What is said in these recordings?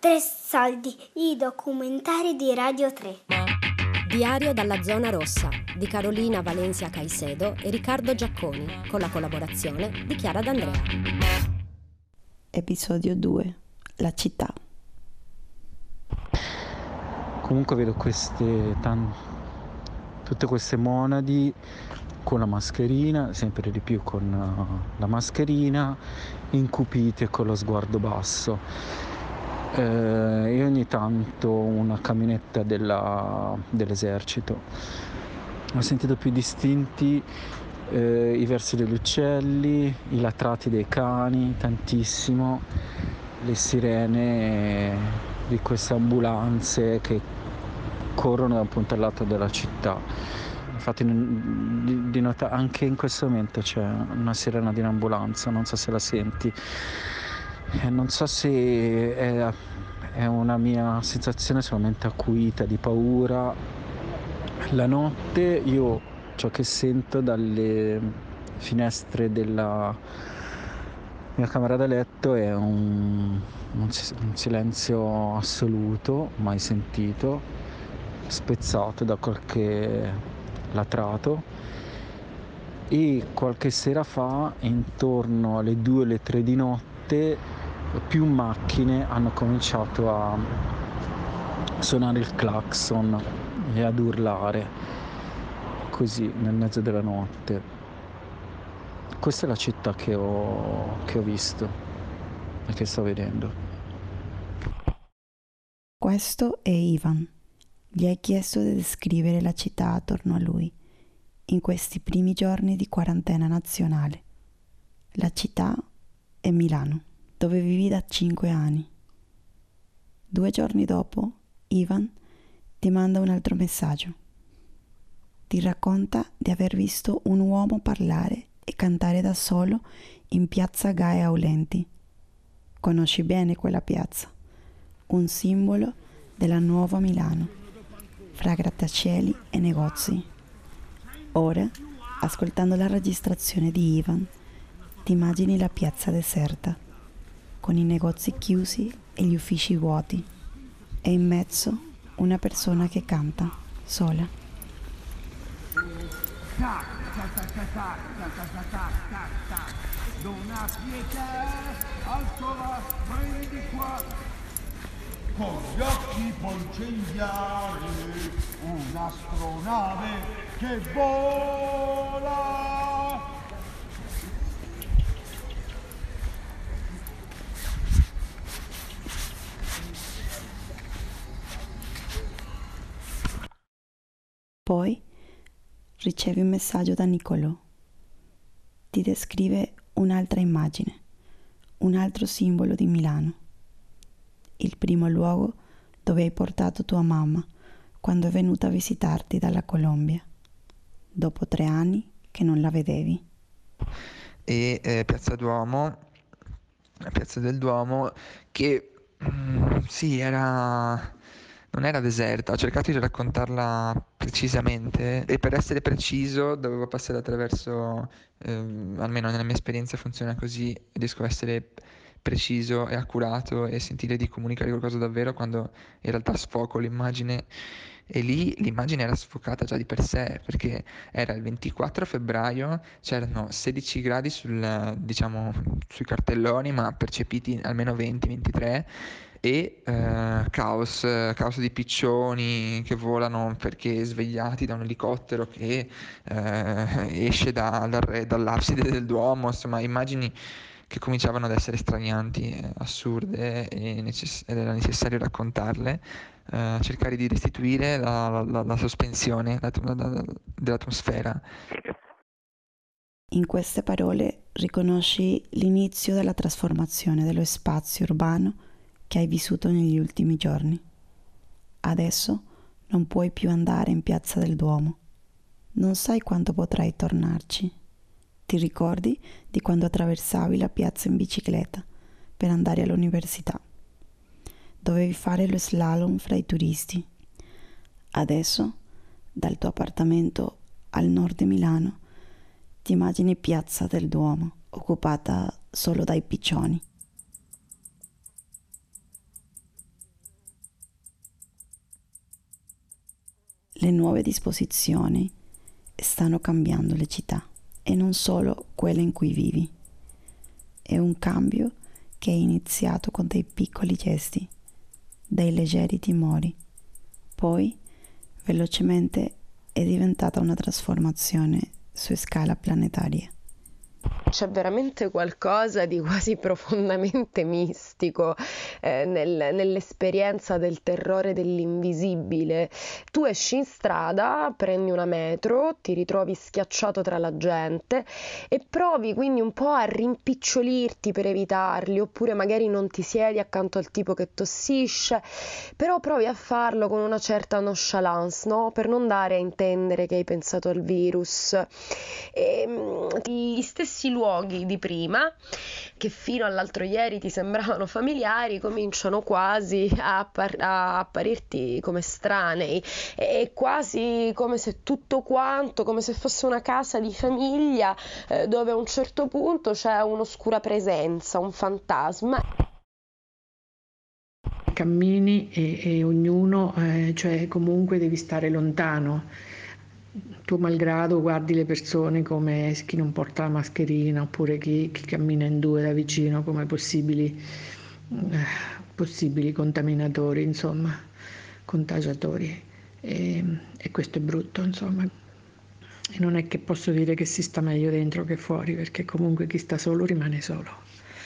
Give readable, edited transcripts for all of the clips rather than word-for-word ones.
Tre soldi, i documentari di Radio 3. Diario dalla zona rossa di Carolina Valencia Caicedo e Riccardo Giacconi, con la collaborazione di Chiara D'Andrea. Episodio 2. La città. Comunque vedo tutte queste monadi con la mascherina, sempre di più con la mascherina, incupite con lo sguardo basso. E ogni tanto una camionetta dell'esercito. Ho sentito più distinti i versi degli uccelli, i latrati dei cani, tantissimo, le sirene di queste ambulanze che corrono da un punto all'altro della città. Infatti di notare anche in questo momento c'è una sirena di un'ambulanza, non so se la senti. Non so se è una mia sensazione solamente acuita di paura. La notte io ciò che sento dalle finestre della mia camera da letto è un silenzio assoluto, mai sentito, spezzato da qualche latrato. E qualche sera fa, intorno alle 2 o alle 3 di notte, più macchine hanno cominciato a suonare il clacson e ad urlare così nel mezzo della notte. Questa è la città che ho visto e che sto vedendo. Questo è Ivan. Gli hai chiesto di descrivere la città attorno a lui in questi primi giorni di quarantena nazionale. La città è Milano, dove vivi da 5 anni. 2 giorni dopo, Ivan ti manda un altro messaggio. Ti racconta di aver visto un uomo parlare e cantare da solo in piazza Gae Aulenti. Conosci bene quella piazza, un simbolo della nuova Milano, fra grattacieli e negozi. Ora, ascoltando la registrazione di Ivan, ti immagini la piazza deserta, con i negozi chiusi e gli uffici vuoti, e in mezzo una persona che canta, sola. Dona pietà, alcola, prendi qua, con gli occhi polcendiari, un'astronave che vola. Poi ricevi un messaggio da Niccolò. Ti descrive un'altra immagine, un altro simbolo di Milano. Il primo luogo dove hai portato tua mamma quando è venuta a visitarti dalla Colombia, dopo 3 anni che non la vedevi. E Piazza Duomo, la Piazza del Duomo, che sì, non era deserta. Ho cercato di raccontarla precisamente e per essere preciso dovevo passare attraverso, almeno nella mia esperienza funziona così, riesco a essere preciso e accurato e sentire di comunicare qualcosa davvero quando in realtà sfoco l'immagine. E lì l'immagine era sfocata già di per sé, perché era il 24 febbraio, c'erano 16 gradi diciamo, sui cartelloni, ma percepiti almeno 20-23, e caos di piccioni che volano perché svegliati da un elicottero che esce dall'abside del Duomo, insomma immagini che cominciavano ad essere stranianti, assurde, ed era necessario raccontarle, cercare di restituire la sospensione dell'atmosfera. In queste parole riconosci l'inizio della trasformazione dello spazio urbano che hai vissuto negli ultimi giorni. Adesso non puoi più andare in Piazza del Duomo. Non sai quanto potrai tornarci. Ti ricordi di quando attraversavi la piazza in bicicletta per andare all'università? Dovevi fare lo slalom fra i turisti. Adesso, dal tuo appartamento al nord di Milano, ti immagini Piazza del Duomo occupata solo dai piccioni. Le nuove disposizioni stanno cambiando le città e non solo quelle in cui vivi. È un cambio che è iniziato con dei piccoli gesti, dei leggeri timori. Poi, velocemente, è diventata una trasformazione su scala planetaria. C'è veramente qualcosa di quasi profondamente mistico nell'esperienza del terrore dell'invisibile. Tu esci in strada, prendi una metro, ti ritrovi schiacciato tra la gente e provi quindi un po' a rimpicciolirti per evitarli, oppure magari non ti siedi accanto al tipo che tossisce, però provi a farlo con una certa nonchalance, no? Per non dare a intendere che hai pensato al virus. Gli stessi luoghi di prima, che fino all'altro ieri ti sembravano familiari, cominciano quasi a apparirti come estranei. È quasi come se tutto quanto, come se fosse una casa di famiglia dove a un certo punto c'è un'oscura presenza, un fantasma. Cammini e ognuno, cioè comunque devi stare lontano. Tu malgrado guardi le persone come chi non porta la mascherina, oppure chi cammina in due da vicino come possibili contaminatori, insomma, contagiatori. E questo è brutto, insomma. E non è che posso dire che si sta meglio dentro che fuori, perché comunque chi sta solo rimane solo.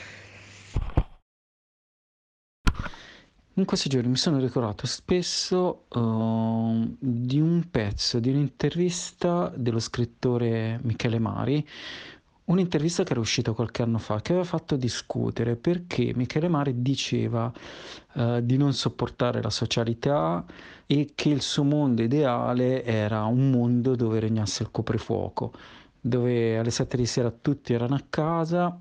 In questi giorni mi sono ricordato spesso di un pezzo, di un'intervista dello scrittore Michele Mari, un'intervista che era uscita qualche anno fa, che aveva fatto discutere perché Michele Mari diceva di non sopportare la socialità e che il suo mondo ideale era un mondo dove regnasse il coprifuoco, dove alle 7 di sera tutti erano a casa,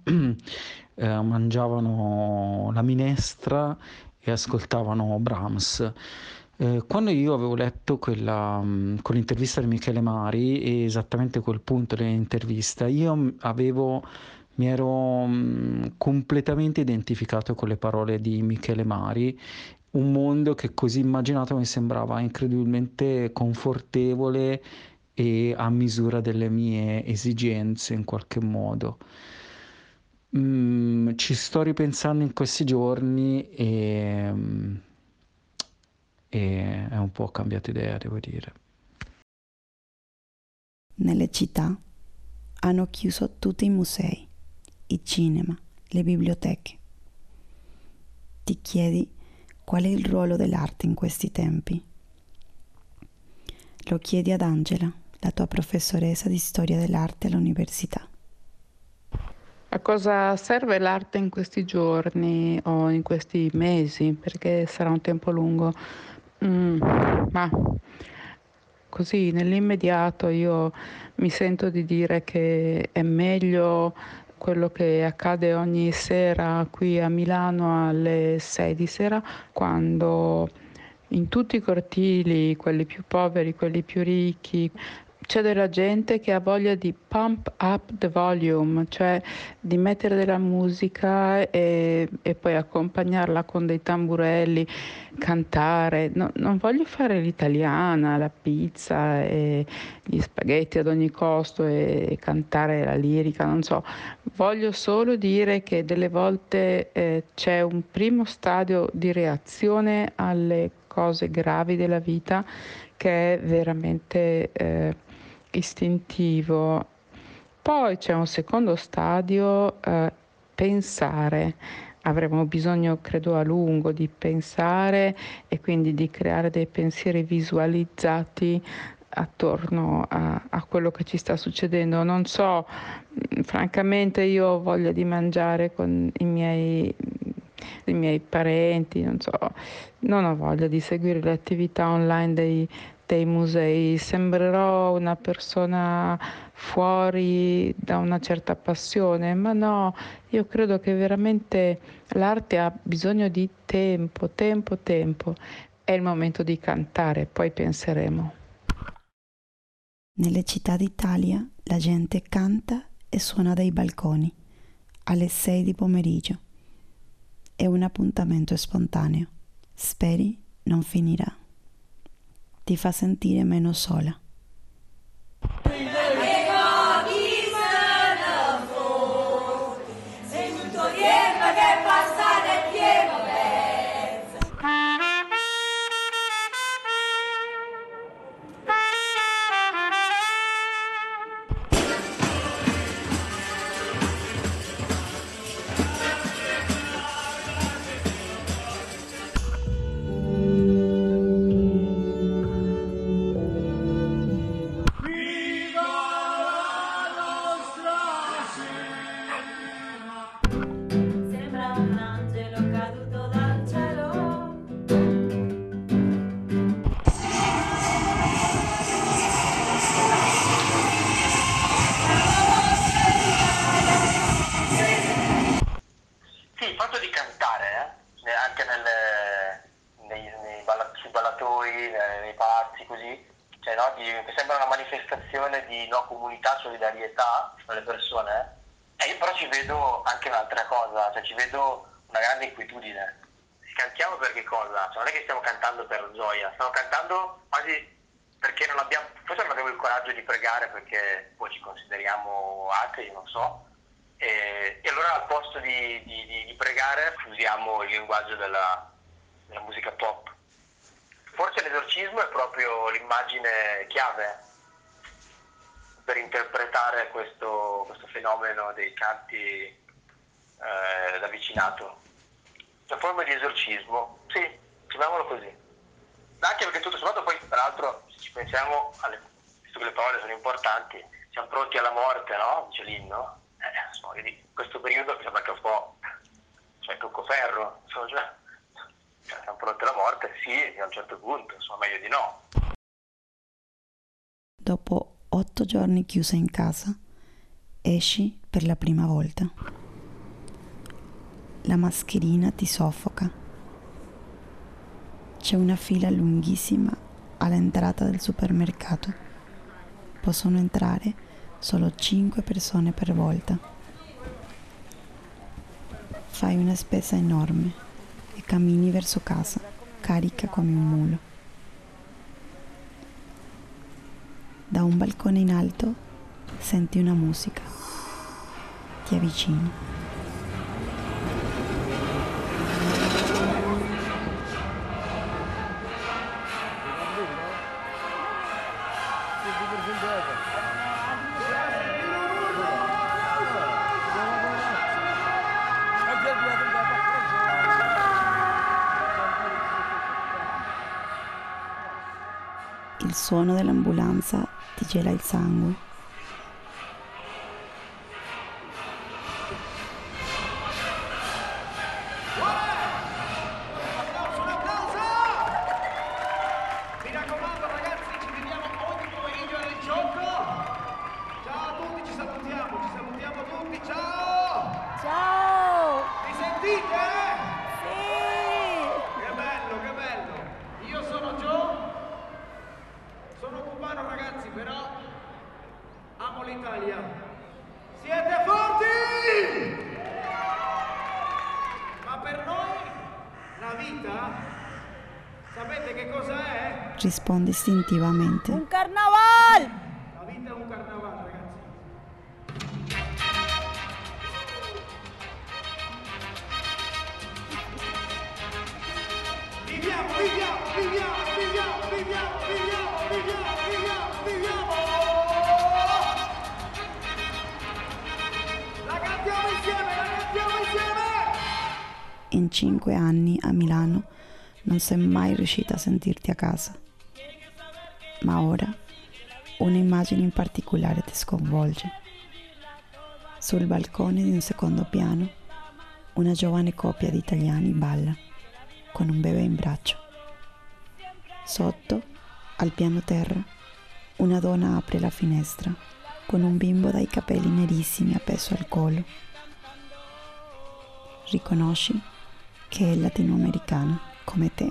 mangiavano la minestra e ascoltavano Brahms. Quando io avevo letto quell'intervista di Michele Mari, e esattamente quel punto dell'intervista, io mi ero completamente identificato con le parole di Michele Mari. Un mondo che così immaginato mi sembrava incredibilmente confortevole e a misura delle mie esigenze in qualche modo. Ci sto ripensando in questi giorni e è un po' cambiato idea, devo dire. Nelle città hanno chiuso tutti i musei, i cinema, le biblioteche. Ti chiedi qual è il ruolo dell'arte in questi tempi? Lo chiedi ad Angela, la tua professoressa di storia dell'arte all'università. A cosa serve l'arte in questi giorni o in questi mesi? Perché sarà un tempo lungo. Ma così nell'immediato io mi sento di dire che è meglio quello che accade ogni sera qui a Milano alle 6 di sera, quando in tutti i cortili, quelli più poveri, quelli più ricchi, c'è della gente che ha voglia di pump up the volume, cioè di mettere della musica e poi accompagnarla con dei tamburelli, cantare. No, non voglio fare l'italiana, la pizza e gli spaghetti ad ogni costo e cantare la lirica, non so. Voglio solo dire che delle volte c'è un primo stadio di reazione alle cose gravi della vita che è veramente istintivo. Poi c'è un secondo stadio, pensare. Avremo bisogno, credo, a lungo di pensare e quindi di creare dei pensieri visualizzati attorno a quello che ci sta succedendo. Non so, francamente io ho voglia di mangiare con i miei parenti, non so, non ho voglia di seguire le attività online dei musei. Sembrerò una persona fuori da una certa passione, ma no, io credo che veramente l'arte ha bisogno di tempo. È il momento di cantare, poi penseremo. Nelle città d'Italia la gente canta e suona dai balconi alle 6 di pomeriggio. È un appuntamento spontaneo. Speri non finirà. ti fa sentire meno sola. sui ballatoi, nei palazzi, così, cioè, no, che sembra una manifestazione di comunità, solidarietà tra le persone. E io però ci vedo anche un'altra cosa, cioè ci vedo una grande inquietudine. Cantiamo per che cosa? Cioè, non è che stiamo cantando per gioia, stiamo cantando quasi perché forse non abbiamo il coraggio di pregare perché poi ci consideriamo atei, non so. E allora al posto di pregare usiamo il linguaggio della musica pop. Forse l'esorcismo è proprio l'immagine chiave per interpretare questo fenomeno dei canti da vicinato. Una forma di esorcismo, sì, chiamiamolo così. Anche perché tutto sommato poi, tra l'altro, se ci pensiamo, visto che le parole sono importanti, siamo pronti alla morte, no? Dice l'inno. Insomma, in questo periodo mi sembra che è un po', cioè, toccoferro, insomma, siamo pronti alla morte, sì, a un certo punto, insomma, meglio di no. Dopo 8 giorni chiusa in casa, esci per la prima volta. La mascherina ti soffoca. C'è una fila lunghissima all'entrata del supermercato. Possono entrare solo 5 persone per volta. Fai una spesa enorme e cammini verso casa, carica come un mulo. Da un balcone in alto senti una musica. Ti avvicini. Il suono dell'ambulanza ti gela il sangue. Mi raccomando ragazzi, ci vediamo ogni pomeriggio nel gioco. Ciao a tutti, ci salutiamo tutti, ciao! Ciao! Mi sentite? Sì! Che bello! Io sono Joe, sono cubano ragazzi, però amo l'Italia. Siete forti? Ma per noi la vita, sapete che cosa è? Risponde istintivamente. Un carnaval! La vita è un carnevale, ragazzi. Viviamo! La cantiamo insieme! In 5 anni a Milano non sei mai riuscita a sentirti a casa. Ma ora un'immagine in particolare ti sconvolge. Sul balcone di un secondo piano, una giovane coppia di italiani balla con un bebè in braccio. Sotto, al piano terra, una donna apre la finestra con un bimbo dai capelli nerissimi appeso al collo. Riconosci che è latinoamericana come te.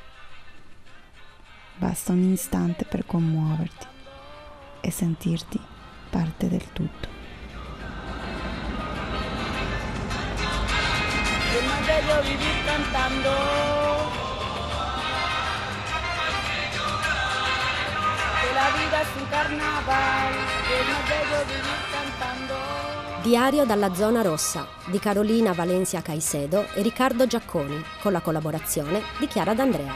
Basta un istante per commuoverti e sentirti parte del tutto. Es más bello vivir cantando. la vita è un carnaval e non vedo vivir cantando. Diario dalla zona rossa di Carolina Valencia Caicedo e Riccardo Giacconi, con la collaborazione di Chiara D'Andrea.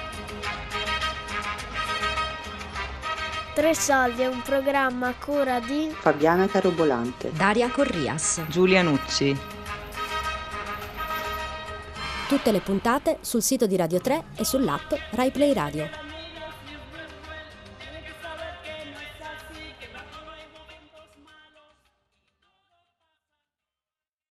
Tre soldi è un programma a cura di Fabiana Carobolante, Daria Corrias, Giulia Nucci. Tutte le puntate sul sito di Radio 3 e sull'app Rai Play Radio.